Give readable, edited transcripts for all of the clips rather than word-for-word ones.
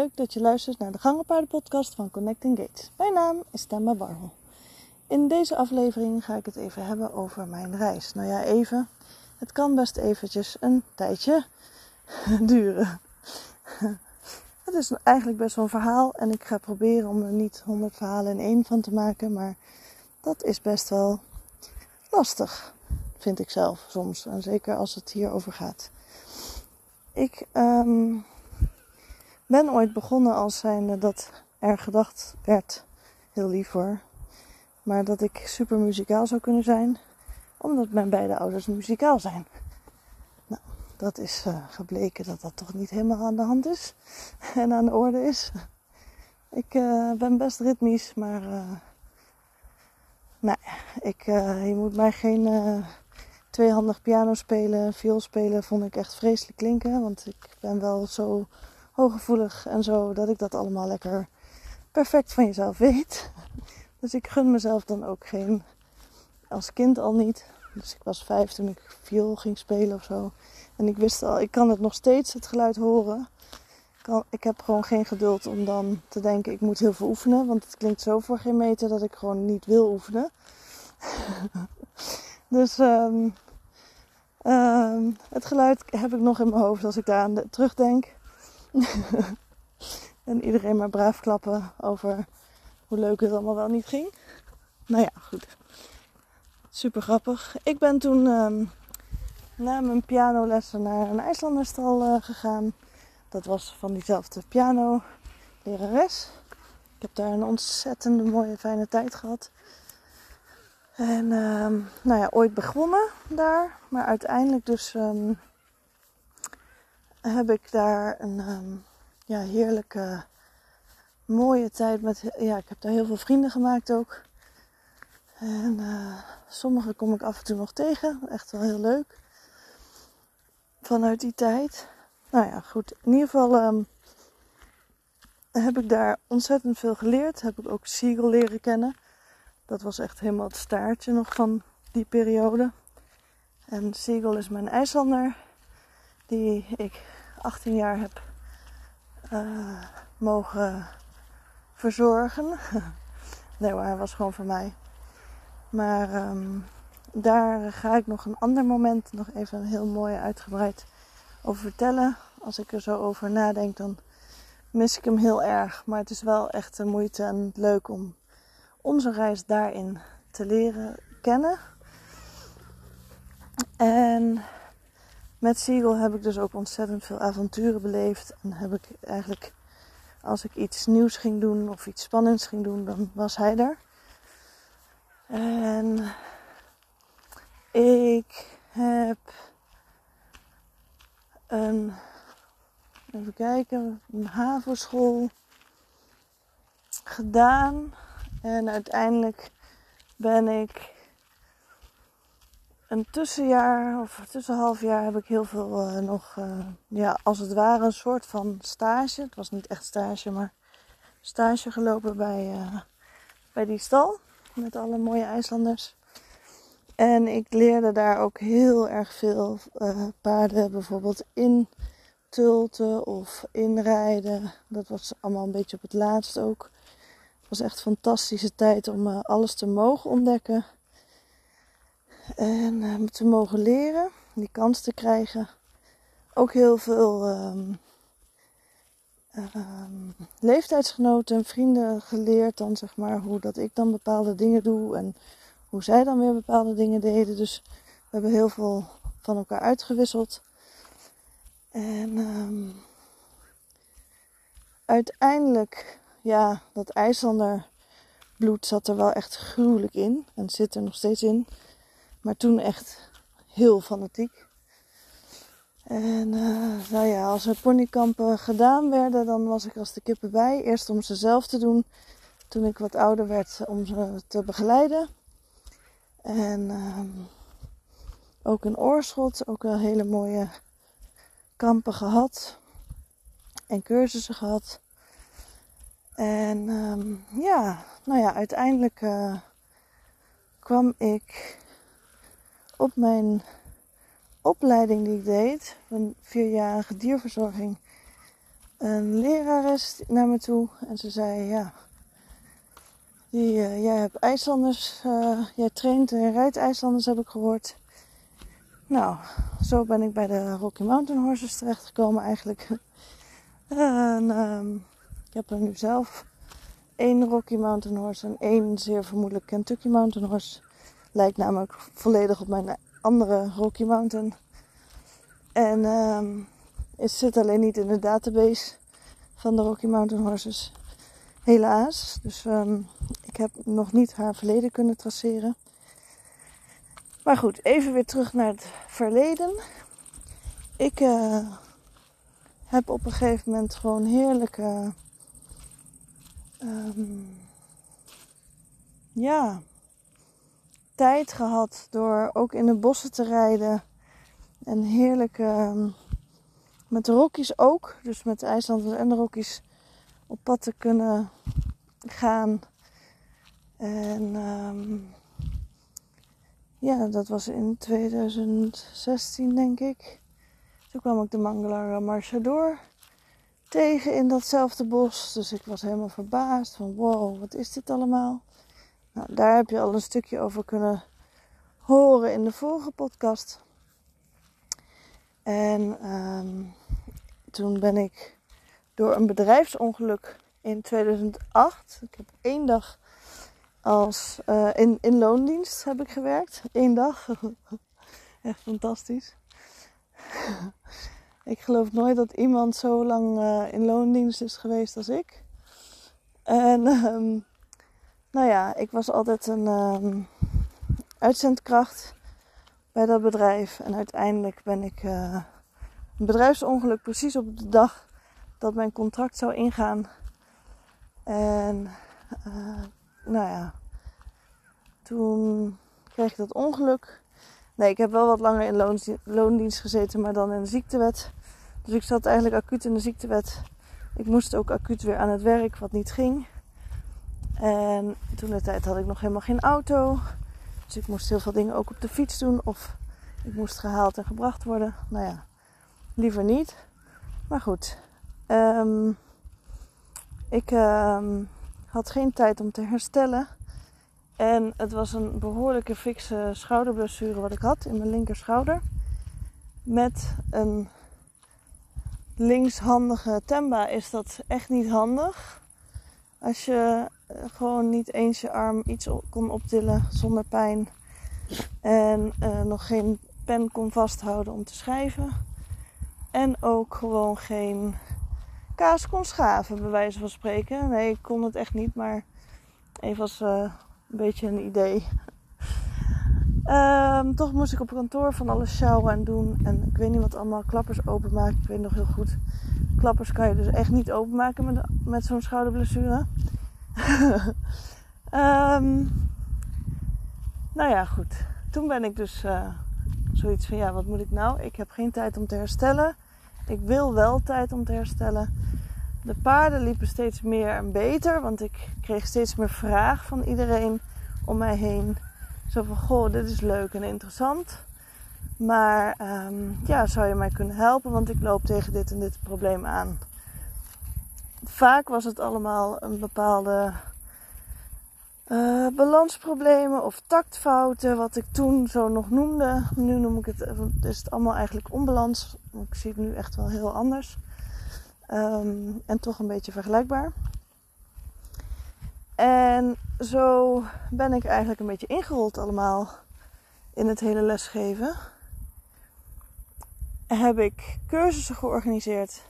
leuk dat je luistert naar de Gangenpaarden-podcast van Connecting Gates. Mijn naam is Temba Barhol. In deze aflevering ga ik het even hebben over mijn reis. Nou ja, even. Het kan best eventjes een tijdje duren. Het is eigenlijk best wel een verhaal en ik ga proberen om er niet 100 verhalen in één van te maken. Maar dat is best wel lastig, vind ik zelf soms. En zeker als het hierover gaat. Ik ben ooit begonnen als zijnde dat er gedacht werd, heel lief hoor, maar dat ik super muzikaal zou kunnen zijn, omdat mijn beide ouders muzikaal zijn. Nou, dat is gebleken dat dat toch niet helemaal aan de hand is en aan de orde is. Ik ben best ritmisch, maar je moet mij geen tweehandig piano spelen, viool spelen, vond ik echt vreselijk klinken, want ik ben wel zo hooggevoelig en zo, dat ik dat allemaal lekker perfect van jezelf weet. Dus ik gun mezelf dan ook geen, als kind al niet. Dus ik was 5 toen ik viool ging spelen of zo. En ik wist al, ik kan het nog steeds, het geluid horen. Ik heb gewoon geen geduld om dan te denken, ik moet heel veel oefenen. Want het klinkt zo voor geen meter dat ik gewoon niet wil oefenen. Dus het geluid heb ik nog in mijn hoofd als ik daar aan terugdenk. En iedereen maar braaf klappen over hoe leuk het allemaal wel niet ging. Nou ja, goed. Super grappig. Ik ben toen na mijn pianolessen naar een IJslanderstal gegaan. Dat was van diezelfde pianolerares. Ik heb daar een ontzettende mooie fijne tijd gehad. En ooit begonnen daar. Maar uiteindelijk dus heb ik daar een heerlijke mooie tijd met. Ja, ik heb daar heel veel vrienden gemaakt ook. En sommige kom ik af en toe nog tegen. Echt wel heel leuk. Vanuit die tijd. Nou ja, goed. In ieder geval heb ik daar ontzettend veel geleerd. Heb ik ook Seagull leren kennen. Dat was echt helemaal het staartje nog van die periode. En Seagull is mijn IJslander. Die ik 18 jaar heb mogen verzorgen. Nee hoor, hij was gewoon voor mij. Maar daar ga ik nog een ander moment nog even heel mooi uitgebreid over vertellen. Als ik er zo over nadenk, dan mis ik hem heel erg. Maar het is wel echt de moeite en leuk om onze reis daarin te leren kennen. En met Seagull heb ik dus ook ontzettend veel avonturen beleefd. En heb ik eigenlijk, als ik iets nieuws ging doen of iets spannends ging doen, dan was hij er. En ik heb een HAVO-school gedaan. En uiteindelijk ben ik een tussenjaar of tussenhalfjaar heb ik heel veel als het ware een soort van stage. Het was niet echt stage, maar stage gelopen bij die stal. Met alle mooie IJslanders. En ik leerde daar ook heel erg veel paarden bijvoorbeeld intulten of inrijden. Dat was allemaal een beetje op het laatst ook. Het was echt een fantastische tijd om alles te mogen ontdekken. En te mogen leren. Die kans te krijgen. Ook heel veel leeftijdsgenoten en vrienden geleerd dan zeg maar hoe dat ik dan bepaalde dingen doe en hoe zij dan weer bepaalde dingen deden. Dus we hebben heel veel van elkaar uitgewisseld. En uiteindelijk, ja, dat IJslander bloed zat er wel echt gruwelijk in. En zit er nog steeds in. Maar toen echt heel fanatiek. En als er ponykampen gedaan werden, dan was ik als de kippen bij. Eerst om ze zelf te doen. Toen ik wat ouder werd, om ze te begeleiden. En ook in Oorschot, ook wel hele mooie kampen gehad. En cursussen gehad. En uiteindelijk kwam ik op mijn opleiding die ik deed, een 4-jarige dierverzorging, een lerares naar me toe. En ze zei, ja, jij hebt IJslanders, jij traint en rijdt IJslanders, heb ik gehoord. Nou, zo ben ik bij de Rocky Mountain Horses terechtgekomen eigenlijk. En ik heb er nu zelf 1 Rocky Mountain Horse en 1 zeer vermoedelijk Kentucky Mountain Horse. Lijkt namelijk volledig op mijn andere Rocky Mountain. En het zit alleen niet in de database van de Rocky Mountain Horses. Helaas. Dus ik heb nog niet haar verleden kunnen traceren. Maar goed, even weer terug naar het verleden. Ik heb op een gegeven moment gewoon heerlijke tijd gehad door ook in de bossen te rijden. En heerlijk met de Rockies ook. Dus met de IJslanders en de Rockies op pad te kunnen gaan. En dat was in 2016 denk ik. Toen kwam ik de Mangala Marchador tegen in datzelfde bos. Dus ik was helemaal verbaasd van wow, wat is dit allemaal? Nou, daar heb je al een stukje over kunnen horen in de vorige podcast. En toen ben ik door een bedrijfsongeluk in 2008... Ik heb 1 dag in loondienst heb ik gewerkt. 1 dag. Echt fantastisch. Ik geloof nooit dat iemand zo lang in loondienst is geweest als ik. En ik was altijd een uitzendkracht bij dat bedrijf. En uiteindelijk ben ik een bedrijfsongeluk precies op de dag dat mijn contract zou ingaan. En toen kreeg ik dat ongeluk. Nee, ik heb wel wat langer in loondienst gezeten, maar dan in de ziektewet. Dus ik zat eigenlijk acuut in de ziektewet. Ik moest ook acuut weer aan het werk, wat niet ging. En toen de tijd had ik nog helemaal geen auto. Dus ik moest heel veel dingen ook op de fiets doen. Of ik moest gehaald en gebracht worden. Nou ja, liever niet. Maar goed. Ik had geen tijd om te herstellen. En het was een behoorlijke fikse schouderblessure wat ik had in mijn linkerschouder. Met een linkshandige Temba is dat echt niet handig. Als je gewoon niet eens je arm iets kon optillen zonder pijn. En nog geen pen kon vasthouden om te schrijven. En ook gewoon geen kaas kon schaven, bij wijze van spreken. Nee, ik kon het echt niet, maar even als een beetje een idee. Toch moest ik op kantoor van alles sjouwen en doen. En ik weet niet wat allemaal, klappers openmaken. Ik weet nog heel goed. Klappers kan je dus echt niet openmaken met zo'n schouderblessure. Goed. Toen ben ik dus zoiets van, ja, wat moet ik nou? Ik heb geen tijd om te herstellen. Ik wil wel tijd om te herstellen. De paarden liepen steeds meer en beter. Want ik kreeg steeds meer vraag van iedereen om mij heen. Zo van, goh, dit is leuk en interessant. Maar zou je mij kunnen helpen? Want ik loop tegen dit en dit probleem aan. Vaak was het allemaal een bepaalde balansproblemen of taktfouten. Wat ik toen zo nog noemde. Nu noem ik het, is het allemaal eigenlijk onbalans. Ik zie het nu echt wel heel anders. En toch een beetje vergelijkbaar. En zo ben ik eigenlijk een beetje ingerold allemaal in het hele lesgeven. Heb ik cursussen georganiseerd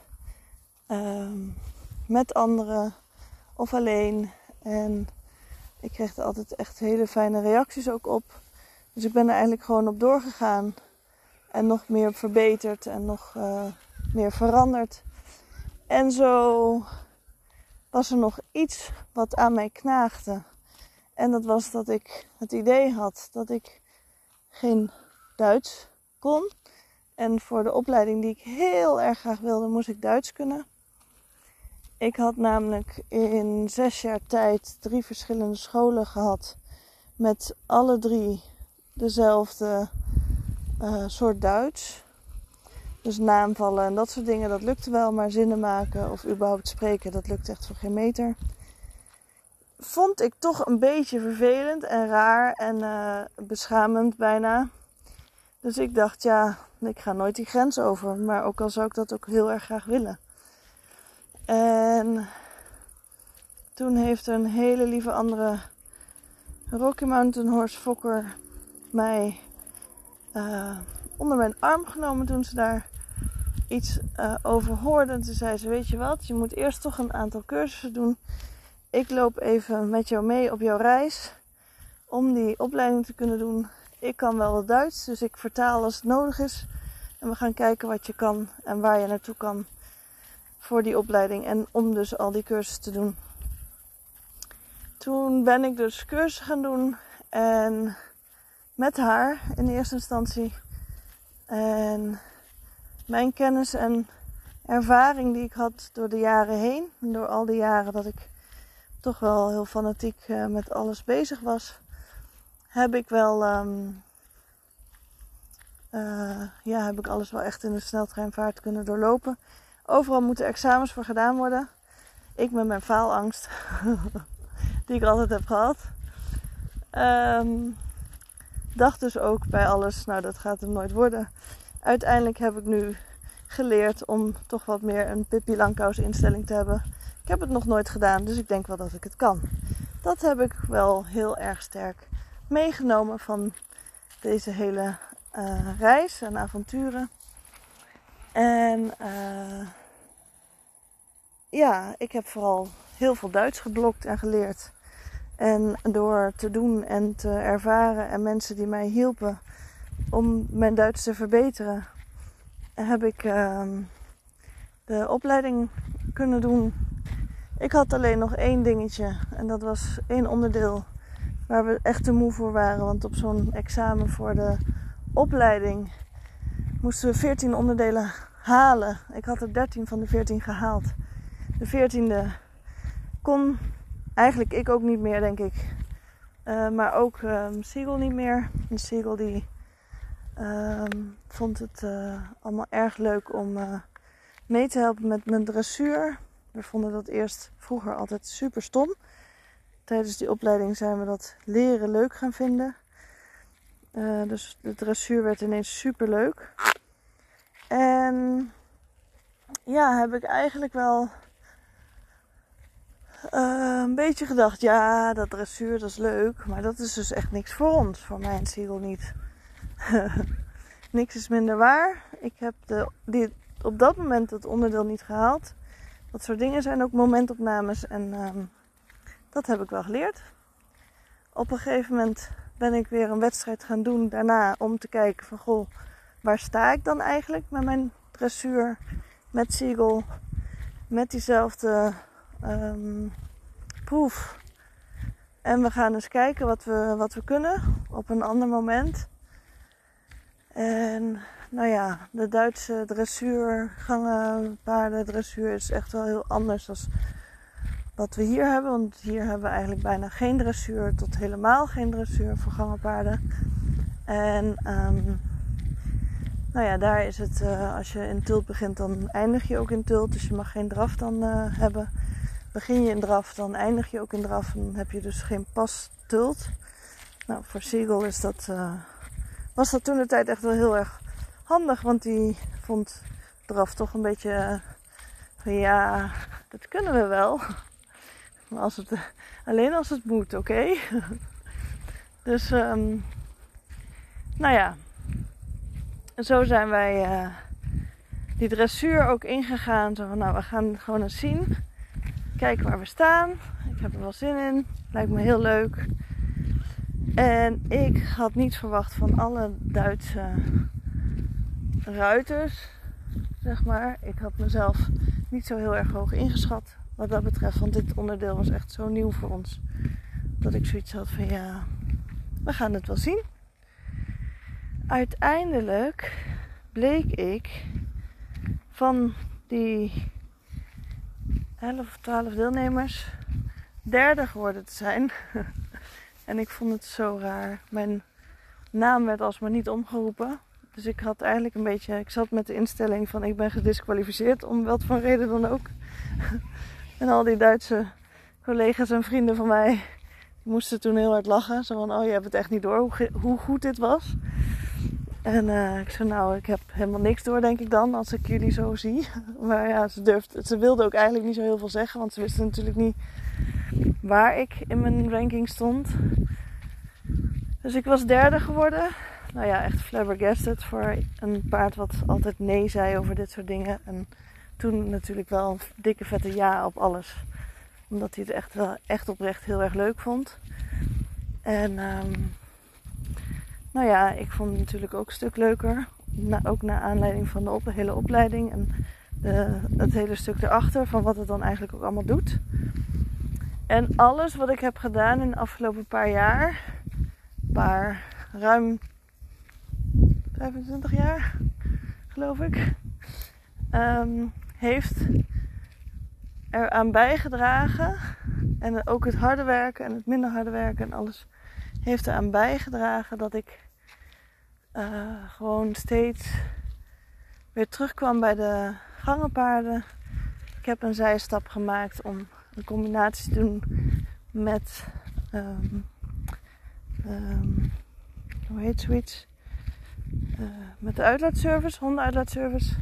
met anderen of alleen. En ik kreeg er altijd echt hele fijne reacties ook op. Dus ik ben er eigenlijk gewoon op doorgegaan. En nog meer verbeterd en nog meer veranderd. En zo was er nog iets wat aan mij knaagde. En dat was dat ik het idee had dat ik geen Duits kon. En voor de opleiding die ik heel erg graag wilde, moest ik Duits kunnen. Ik had namelijk in 6 jaar tijd 3 verschillende scholen gehad. Met alle 3 dezelfde soort Duits. Dus naamvallen en dat soort dingen, dat lukte wel. Maar zinnen maken of überhaupt spreken, dat lukt echt voor geen meter. Vond ik toch een beetje vervelend en raar en beschamend bijna. Dus ik dacht, ja, ik ga nooit die grens over. Maar ook al zou ik dat ook heel erg graag willen. En toen heeft een hele lieve andere Rocky Mountain Horse fokker mij onder mijn arm genomen toen ze daar iets over hoorde. En toen zei ze, weet je wat, je moet eerst toch een aantal cursussen doen. Ik loop even met jou mee op jouw reis om die opleiding te kunnen doen. Ik kan wel wat Duits, dus ik vertaal als het nodig is. En we gaan kijken wat je kan en waar je naartoe kan voor die opleiding. En om dus al die cursussen te doen. Toen ben ik dus cursussen gaan doen. En met haar in eerste instantie. En mijn kennis en ervaring die ik had door de jaren heen. Door al die jaren dat ik toch wel heel fanatiek met alles bezig was. Heb ik wel, heb ik alles wel echt in de sneltreinvaart kunnen doorlopen. Overal moeten examens voor gedaan worden. Ik met mijn faalangst, die ik altijd heb gehad. Dacht dus ook bij alles, nou dat gaat hem nooit worden. Uiteindelijk heb ik nu geleerd om toch wat meer een Pippi Langkous instelling te hebben. Ik heb het nog nooit gedaan, dus ik denk wel dat ik het kan. Dat heb ik wel heel erg sterk meegenomen van deze hele reis en avonturen. En ik heb vooral heel veel Duits geblokt en geleerd. En door te doen en te ervaren en mensen die mij hielpen om mijn Duits te verbeteren, heb ik de opleiding kunnen doen. Ik had alleen nog één dingetje en dat was één onderdeel waar we echt te moe voor waren. Want op zo'n examen voor de opleiding moesten we 14 onderdelen halen. Ik had er 13 van de 14 gehaald. De 14e kon eigenlijk ik ook niet meer, denk ik. Maar ook Siegel niet meer. En Siegel die vond het allemaal erg leuk om mee te helpen met mijn dressuur. We vonden dat eerst vroeger altijd super stom. Tijdens die opleiding zijn we dat leren leuk gaan vinden. Dus de dressuur werd ineens super leuk. En ja, heb ik eigenlijk wel een beetje gedacht, ja, dat dressuur dat is leuk. Maar dat is dus echt niks voor ons, voor mij en Siegel niet. Niks is minder waar. Ik heb op dat moment het onderdeel niet gehaald. Dat soort dingen zijn ook momentopnames en dat heb ik wel geleerd. Op een gegeven moment ben ik weer een wedstrijd gaan doen daarna om te kijken van goh, waar sta ik dan eigenlijk met mijn dressuur, met Siegel, met diezelfde proef. En we gaan eens kijken wat we kunnen op een ander moment. En nou ja, de Duitse dressuur, gangen, paardendressuur is echt wel heel anders dan wat we hier hebben. Want hier hebben we eigenlijk bijna geen dressuur tot helemaal geen dressuur voor gangenpaarden. En daar is het, als je in Tult begint, dan eindig je ook in Tult. Dus je mag geen draf dan hebben. Begin je in draf, dan eindig je ook in draf. En dan heb je dus geen pas Tult. Nou, voor Siegel is was dat toen de tijd echt wel heel erg handig. Want die vond draf toch een beetje ja, dat kunnen we wel. Maar alleen als het moet, oké? Dus, zo zijn wij die dressuur ook ingegaan. Zo van, nou, we gaan gewoon eens zien. Kijken waar we staan. Ik heb er wel zin in. Lijkt me heel leuk. En ik had niet verwacht van alle Duitse ruiters, zeg maar. Ik had mezelf niet zo heel erg hoog ingeschat wat dat betreft. Want dit onderdeel was echt zo nieuw voor ons. Dat ik zoiets had van ja, we gaan het wel zien. Uiteindelijk bleek ik van die 11 of 12 deelnemers derde geworden te zijn. En ik vond het zo raar. Mijn naam werd alsmaar niet omgeroepen. Dus ik had eigenlijk een beetje... Ik zat met de instelling van ik ben gedisqualificeerd om wat voor reden dan ook. En al die Duitse collega's en vrienden van mij moesten toen heel hard lachen. Zo van, oh, je hebt het echt niet door hoe goed dit was. En ik zei, nou, ik heb helemaal niks door, denk ik dan, als ik jullie zo zie. Maar ja, ze wilde ook eigenlijk niet zo heel veel zeggen, want ze wisten natuurlijk niet waar ik in mijn ranking stond. Dus ik was derde geworden. Nou ja, echt flabbergasted voor een paard wat altijd nee zei over dit soort dingen. En toen natuurlijk wel een dikke vette ja op alles. Omdat hij het echt oprecht heel erg leuk vond. En nou ja, ik vond het natuurlijk ook een stuk leuker. Ook naar aanleiding van de hele opleiding en het hele stuk erachter van wat het dan eigenlijk ook allemaal doet. En alles wat ik heb gedaan in de afgelopen paar jaar, ruim 25 jaar geloof ik, heeft eraan bijgedragen. En ook het harde werken en het minder harde werken en alles heeft eraan bijgedragen dat ik gewoon steeds weer terugkwam bij de gangenpaarden. Ik heb een zijstap gemaakt om een combinatie te doen met hoe heet zoiets? Met de uitlaatservice, hondenuitlaatservice.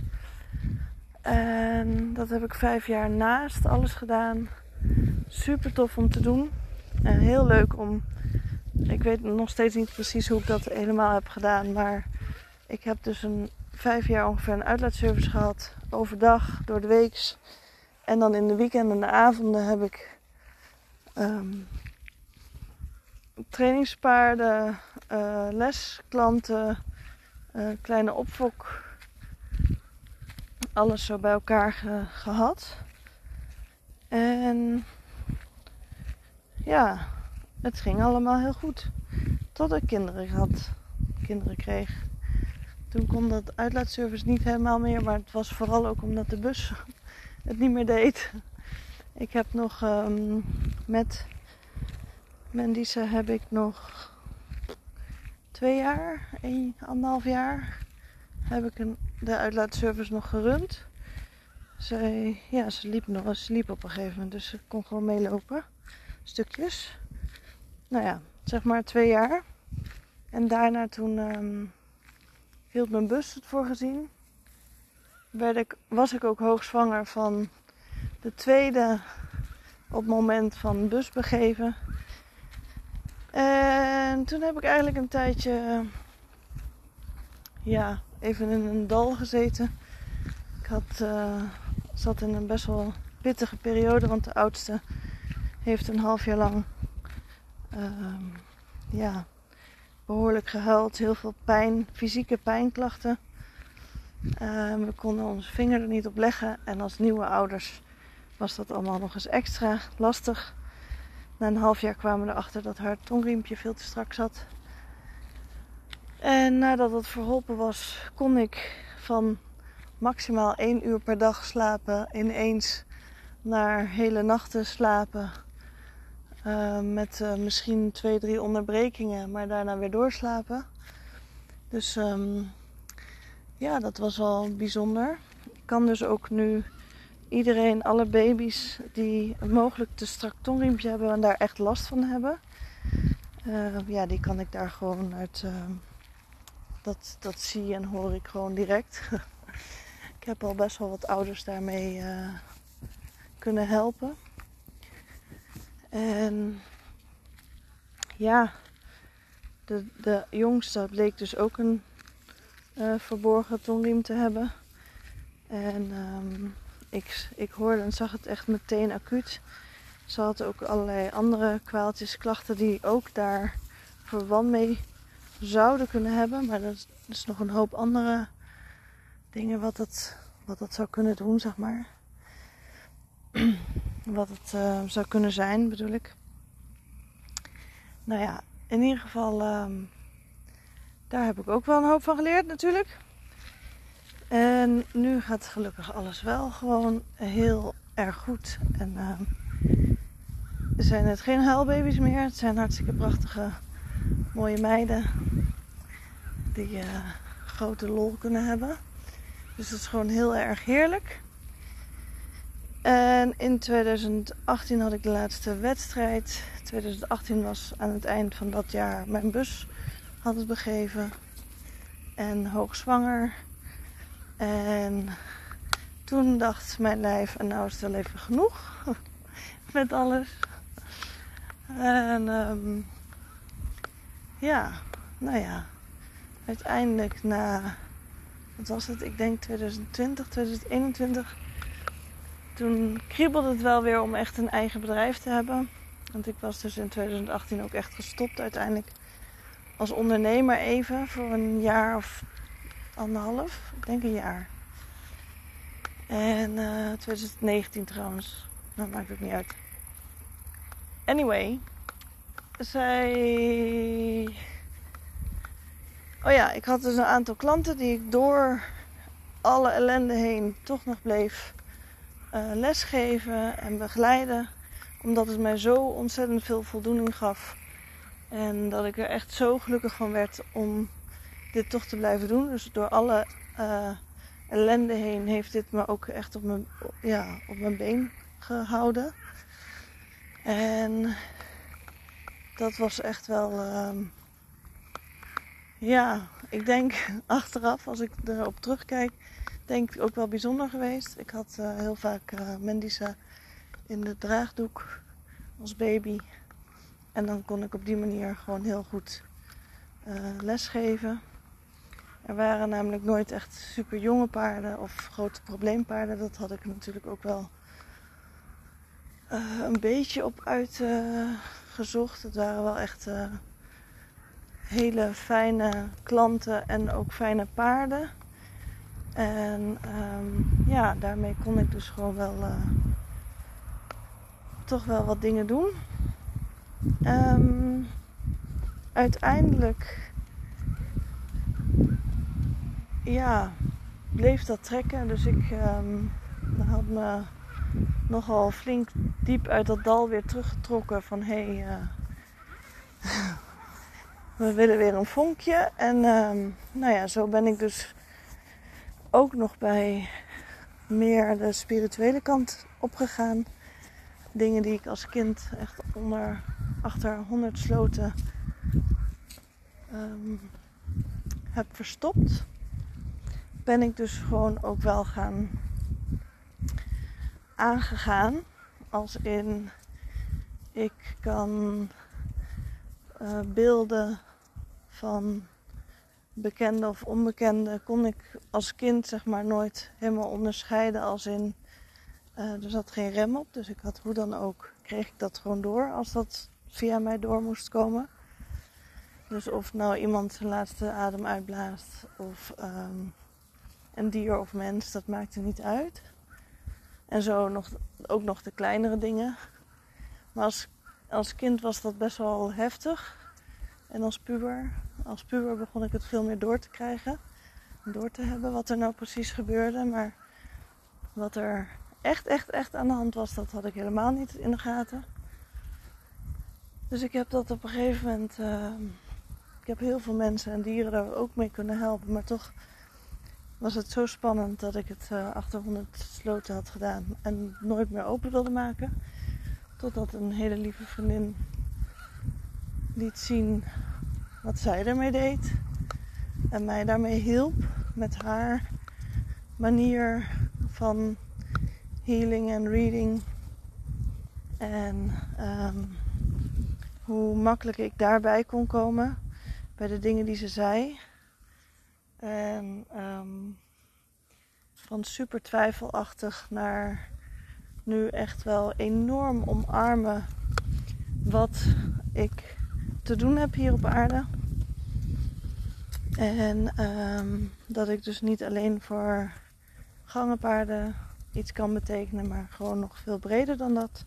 En dat heb ik 5 jaar naast alles gedaan. Super tof om te doen. En heel leuk om... Ik weet nog steeds niet precies hoe ik dat helemaal heb gedaan. Maar ik heb dus 5 jaar ongeveer een uitlaatservice gehad. Overdag, door de weeks. En dan in de weekenden en de avonden heb ik trainingspaarden, lesklanten, kleine opfok. Alles zo bij elkaar gehad. En ja, het ging allemaal heel goed. Tot ik kinderen kreeg. Toen kon dat uitlaatservice niet helemaal meer. Maar het was vooral ook omdat de bus het niet meer deed. Ik heb nog met Mendisa heb ik nog 2 jaar, 1,5 jaar heb ik de uitlaatservice nog gerund. Ze liep op een gegeven moment, dus ze kon gewoon meelopen. Stukjes. Nou ja, zeg maar 2 jaar. En daarna toen hield mijn bus het voor gezien. Was ik ook hoogzwanger van de tweede op het moment van bus begeven. En toen heb ik eigenlijk een tijdje even in een dal gezeten. Ik zat in een best wel pittige periode, want de oudste heeft een half jaar lang behoorlijk gehuild. Heel veel pijn, fysieke pijnklachten. We konden onze vinger er niet op leggen. En als nieuwe ouders was dat allemaal nog eens extra lastig. Na een half jaar kwamen we erachter dat haar tongriempje veel te strak zat. En nadat dat verholpen was, kon ik van maximaal 1 uur per dag slapen ineens naar hele nachten slapen. Met misschien 2-3 onderbrekingen, maar daarna weer doorslapen. Dus dat was wel bijzonder. Ik kan dus ook nu iedereen, alle baby's die mogelijk te strak tongriempje hebben en daar echt last van hebben. Die kan ik daar gewoon uit... Dat zie en hoor ik gewoon direct. Ik heb al best wel wat ouders daarmee kunnen helpen. En ja, de jongste bleek dus ook een verborgen tongriem te hebben. En ik hoorde en zag het echt meteen acuut. Ze had ook allerlei andere kwaaltjes, klachten die ook daar verband mee zouden kunnen hebben. Maar dat is nog een hoop andere dingen wat dat zou kunnen doen, zeg maar. Wat het zou kunnen zijn, bedoel ik. Nou ja, in ieder geval, daar heb ik ook wel een hoop van geleerd natuurlijk. En nu gaat gelukkig alles wel gewoon heel erg goed. En zijn het geen huilbaby's meer. Het zijn hartstikke prachtige, mooie meiden. Die grote lol kunnen hebben. Dus dat is gewoon heel erg heerlijk. En in 2018 had ik de laatste wedstrijd. 2018 was aan het eind van dat jaar mijn bus had het begeven. En hoogzwanger. En toen dacht mijn lijf, en nou is het wel even genoeg met alles. En uiteindelijk wat was het? Ik denk 2020, 2021. Toen kriebelde het wel weer om echt een eigen bedrijf te hebben. Want ik was dus in 2018 ook echt gestopt uiteindelijk als ondernemer even voor een jaar of anderhalf. Ik denk een jaar. En 2019 trouwens. Dat maakt ook niet uit. Anyway. Ik had dus een aantal klanten die ik door alle ellende heen toch nog bleef lesgeven en begeleiden. Omdat het mij zo ontzettend veel voldoening gaf. En dat ik er echt zo gelukkig van werd om dit toch te blijven doen. Dus door alle ellende heen heeft dit me ook echt op mijn been gehouden. En dat was echt wel... ik denk achteraf, als ik erop terugkijk, denk ik ook wel bijzonder geweest. Ik had heel vaak Mendisa in de draagdoek als baby. En dan kon ik op die manier gewoon heel goed lesgeven. Er waren namelijk nooit echt super jonge paarden of grote probleempaarden. Dat had ik natuurlijk ook wel een beetje op uitgezocht. Het waren wel echt hele fijne klanten en ook fijne paarden. En daarmee kon ik dus gewoon wel toch wel wat dingen doen. Uiteindelijk bleef dat trekken. Dus ik had me nogal flink diep uit dat dal weer teruggetrokken van we willen weer een vonkje. En zo ben ik dus ook nog bij meer de spirituele kant opgegaan. Dingen die ik als kind echt achter 100 sloten heb verstopt. Ben ik dus gewoon ook wel aangegaan. Als in, ik kan beelden van bekende of onbekende kon ik als kind zeg maar nooit helemaal onderscheiden. Als in, er zat geen rem op. Dus ik had hoe dan ook, kreeg ik dat gewoon door als dat via mij door moest komen. Dus of nou iemand zijn laatste adem uitblaast of een dier of mens, dat maakte niet uit. En zo ook nog de kleinere dingen. Maar als kind was dat best wel heftig. En als puber begon ik het veel meer door te krijgen. Door te hebben wat er nou precies gebeurde. Maar wat er echt aan de hand was, dat had ik helemaal niet in de gaten. Dus ik heb dat op een gegeven moment... ik heb heel veel mensen en dieren daar ook mee kunnen helpen. Maar toch was het zo spannend dat ik het achter 100 sloten had gedaan. En nooit meer open wilde maken. Totdat een hele lieve vriendin liet zien wat zij ermee deed. En mij daarmee hielp met haar manier van healing en reading. En hoe makkelijk ik daarbij kon komen. Bij de dingen die ze zei. En van super twijfelachtig naar nu echt wel enorm omarmen wat ik te doen heb hier op aarde. En dat ik dus niet alleen voor gangenpaarden iets kan betekenen, maar gewoon nog veel breder dan dat.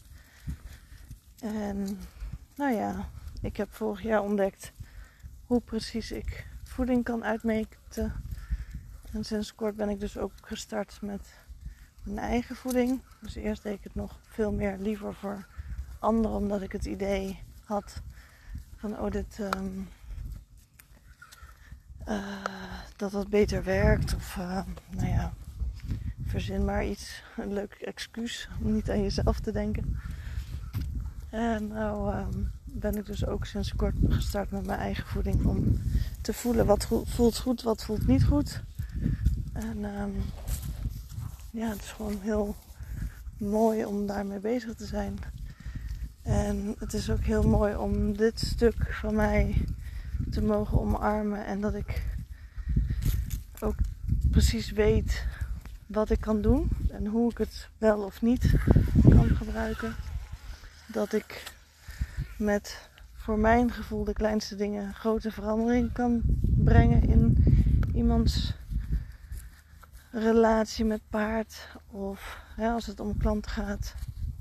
En ik heb vorig jaar ontdekt hoe precies ik voeding kan uitmeten. En sinds kort ben ik dus ook gestart met mijn eigen voeding. Dus eerst deed ik het nog veel meer liever voor anderen, omdat ik het idee had van dat dat beter werkt. Of nou ja, verzin maar iets. Een leuk excuus om niet aan jezelf te denken. En nou ben ik dus ook sinds kort gestart met mijn eigen voeding. Om te voelen wat voelt goed, wat voelt niet goed. En ja, het is gewoon heel mooi om daarmee bezig te zijn. En het is ook heel mooi om dit stuk van mij te mogen omarmen. En dat ik ook precies weet wat ik kan doen. En hoe ik het wel of niet kan gebruiken. Dat ik met voor mijn gevoel de kleinste dingen grote verandering kan brengen in iemands relatie met paard. Of als het om klanten gaat.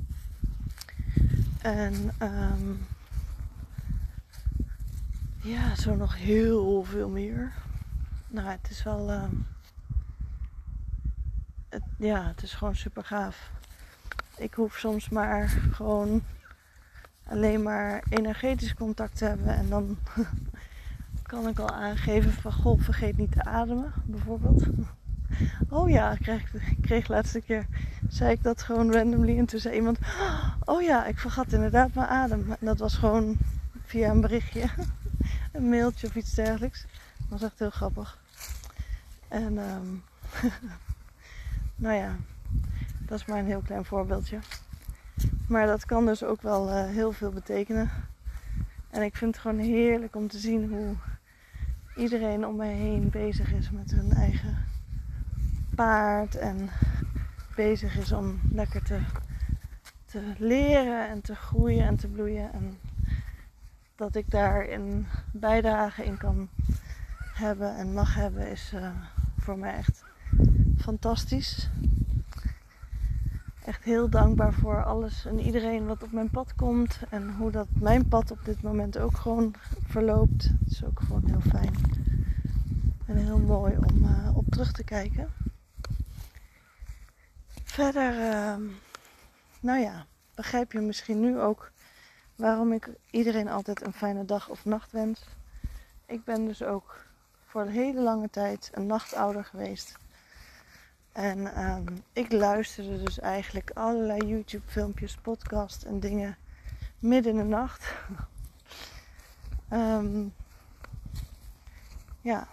En ja, zo nog heel veel meer. Nou, het is wel... het is gewoon super gaaf. Ik hoef soms maar gewoon alleen maar energetisch contact te hebben. En dan kan ik al aangeven van... Goh, vergeet niet te ademen, bijvoorbeeld. Oh ja, ik kreeg laatste keer... zei ik dat gewoon randomly. En toen zei iemand... Oh ja, ik vergat inderdaad mijn adem. En dat was gewoon via een berichtje. Een mailtje of iets dergelijks. Dat was echt heel grappig. En nou ja, dat is maar een heel klein voorbeeldje. Maar dat kan dus ook wel heel veel betekenen. En ik vind het gewoon heerlijk om te zien hoe iedereen om mij heen bezig is met hun eigen paard. En bezig is om lekker te leren en te groeien en te bloeien. En dat ik daar een bijdrage in kan hebben en mag hebben is voor mij echt fantastisch. Echt heel dankbaar voor alles en iedereen wat op mijn pad komt. En hoe dat mijn pad op dit moment ook gewoon verloopt. Het is ook gewoon heel fijn. En heel mooi om op terug te kijken. Verder, nou ja, begrijp je misschien nu ook waarom ik iedereen altijd een fijne dag of nacht wens. Ik ben dus ook voor een hele lange tijd een nachtouder geweest. En ik luisterde dus eigenlijk allerlei YouTube filmpjes, podcasts en dingen midden in de nacht. Ja.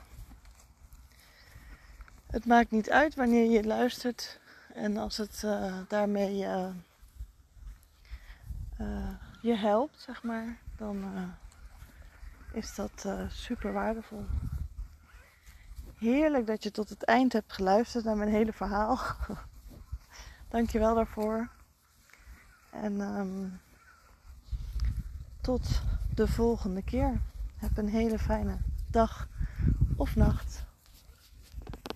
Het maakt niet uit wanneer je luistert. En als het daarmee je helpt, zeg maar, dan is dat super waardevol. Heerlijk dat je tot het eind hebt geluisterd naar mijn hele verhaal. Dankjewel daarvoor. En tot de volgende keer. Heb een hele fijne dag of nacht.